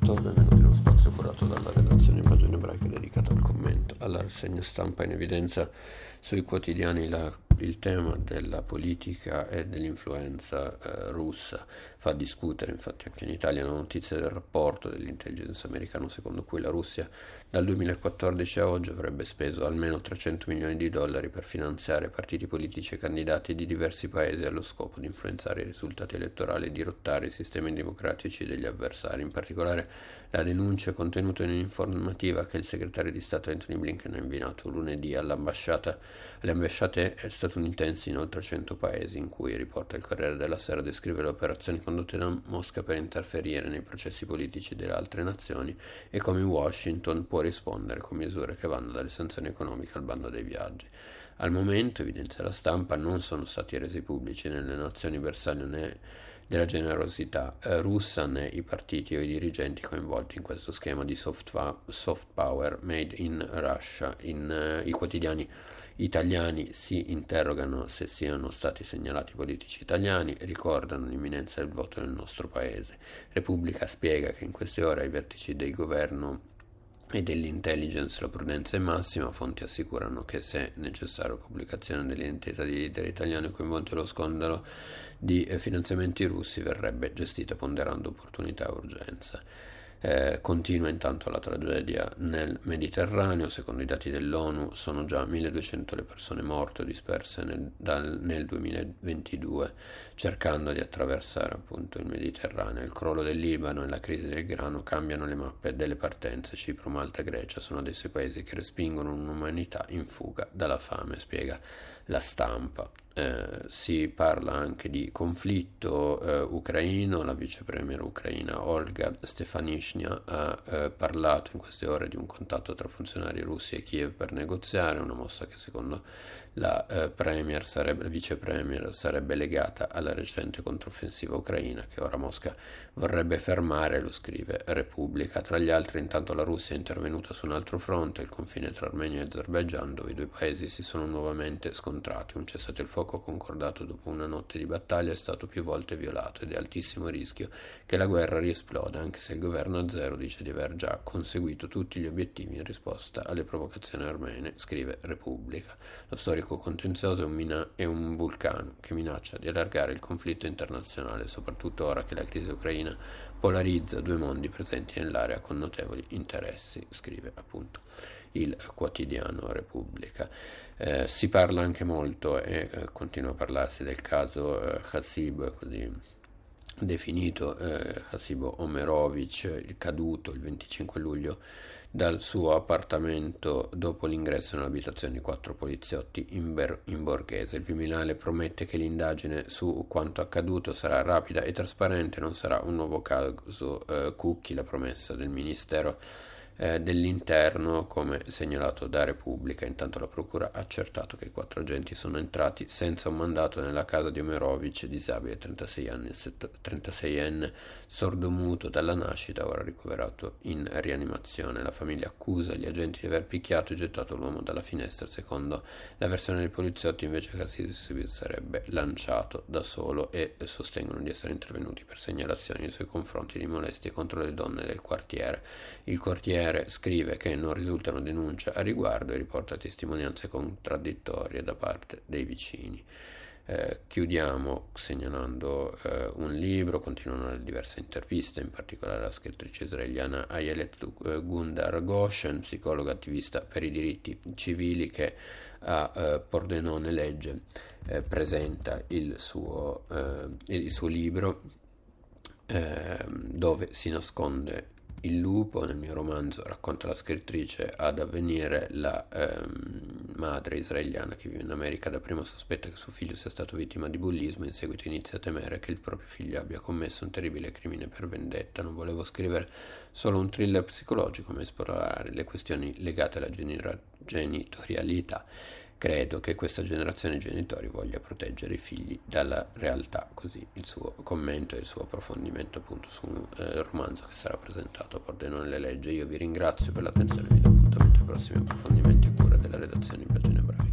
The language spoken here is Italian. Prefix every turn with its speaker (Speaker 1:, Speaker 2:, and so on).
Speaker 1: tutto, benvenuti in uno spazio curato dalla redazione di Pagine Ebraiche dedicato al commento, alla rassegna stampa in evidenza sui quotidiani. Il tema della politica e dell'influenza russa fa discutere, infatti anche in Italia, la notizia del rapporto dell'intelligence americano secondo cui la Russia dal 2014 a oggi avrebbe speso almeno 300 milioni di dollari per finanziare partiti politici e candidati di diversi paesi allo scopo di influenzare i risultati elettorali e dirottare i sistemi democratici degli avversari. In particolare la denuncia contenuta in un'informativa che il segretario di Stato Anthony Blinken ha inviato lunedì alle ambasciate statunitensi in oltre 100 paesi, in cui, riporta il Corriere della Sera, descrive le operazioni condotte da Mosca per interferire nei processi politici delle altre nazioni e come Washington può rispondere con misure che vanno dalle sanzioni economiche al bando dei viaggi. Al momento, evidenzia la stampa, non sono stati resi pubblici né le nazioni bersaglio né della generosità russa né i partiti o i dirigenti coinvolti in questo schema di soft power made in Russia. I quotidiani italiani si interrogano se siano stati segnalati politici italiani, ricordano l'imminenza del voto nel nostro paese. Repubblica spiega che in queste ore ai vertici del governo e dell'intelligence la prudenza è massima. Fonti assicurano che, se necessario, pubblicazione dell'identità di leader italiano coinvolti nello scandalo di finanziamenti russi verrebbe gestita ponderando opportunità e urgenza. Continua intanto la tragedia nel Mediterraneo. Secondo i dati dell'ONU sono già 1200 le persone morte o disperse nel 2022 cercando di attraversare appunto il Mediterraneo. Il crollo del Libano e la crisi del grano cambiano le mappe delle partenze. Cipro, Malta e Grecia sono adesso i paesi che respingono un'umanità in fuga dalla fame, spiega la stampa. Si parla anche di conflitto ucraino. La vice premier ucraina Olga Stefanishyna ha parlato in queste ore di un contatto tra funzionari russi e Kiev per negoziare, una mossa che secondo la vice premier sarebbe legata alla recente controffensiva ucraina che ora Mosca vorrebbe fermare, lo scrive Repubblica. Tra gli altri, intanto, la Russia è intervenuta su un altro fronte, il confine tra Armenia e Azerbaijan, dove i due paesi si sono nuovamente scontrati. Un cessate il fuoco concordato dopo una notte di battaglia è stato più volte violato ed è altissimo rischio che la guerra riesploda, anche se il governo azero dice di aver già conseguito tutti gli obiettivi in risposta alle provocazioni armene, scrive Repubblica. Lo storico contenzioso è un vulcano che minaccia di allargare il conflitto internazionale, soprattutto ora che la crisi ucraina polarizza due mondi presenti nell'area con notevoli interessi, scrive appunto il quotidiano Repubblica. Si parla anche molto e continua a parlarsi del caso Hasib, così definito Hasib Omerovic, il caduto il 25 luglio dal suo appartamento dopo l'ingresso nell'abitazione di 4 poliziotti in Borghese. Il Viminale promette che l'indagine su quanto accaduto sarà rapida e trasparente, non sarà un nuovo caso Cucchi, la promessa del Ministero dell'interno, come segnalato da Repubblica. Intanto la procura ha accertato che i 4 agenti sono entrati senza un mandato nella casa di Omerovic, disabile 36enne, sordomuto dalla nascita, ora ricoverato in rianimazione. La famiglia accusa gli agenti di aver picchiato e gettato l'uomo dalla finestra. Secondo la versione dei poliziotti, invece, Cassis si sarebbe lanciato da solo e sostengono di essere intervenuti per segnalazioni nei suoi confronti di molestie contro le donne del quartiere. Il quartiere scrive che non risultano denunce a riguardo e riporta testimonianze contraddittorie da parte dei vicini. Chiudiamo segnalando un libro. Continuano le diverse interviste, in particolare la scrittrice israeliana Ayelet Gundar Goshen, psicologa attivista per i diritti civili, che a Pordenone legge presenta il suo libro Dove si nasconde il lupo. Nel mio romanzo, racconta la scrittrice, ad Avvenire, la madre israeliana che vive in America da prima sospetta che suo figlio sia stato vittima di bullismo e in seguito inizia a temere che il proprio figlio abbia commesso un terribile crimine per vendetta. Non volevo scrivere solo un thriller psicologico, ma esplorare le questioni legate alla genitorialità. Credo che questa generazione di genitori voglia proteggere i figli dalla realtà. Così il suo commento e il suo approfondimento appunto su un romanzo che sarà presentato a Pordenone le legge. Io vi ringrazio per l'attenzione e vi do appuntamento ai prossimi approfondimenti a cura della redazione in Pagine Ebraiche.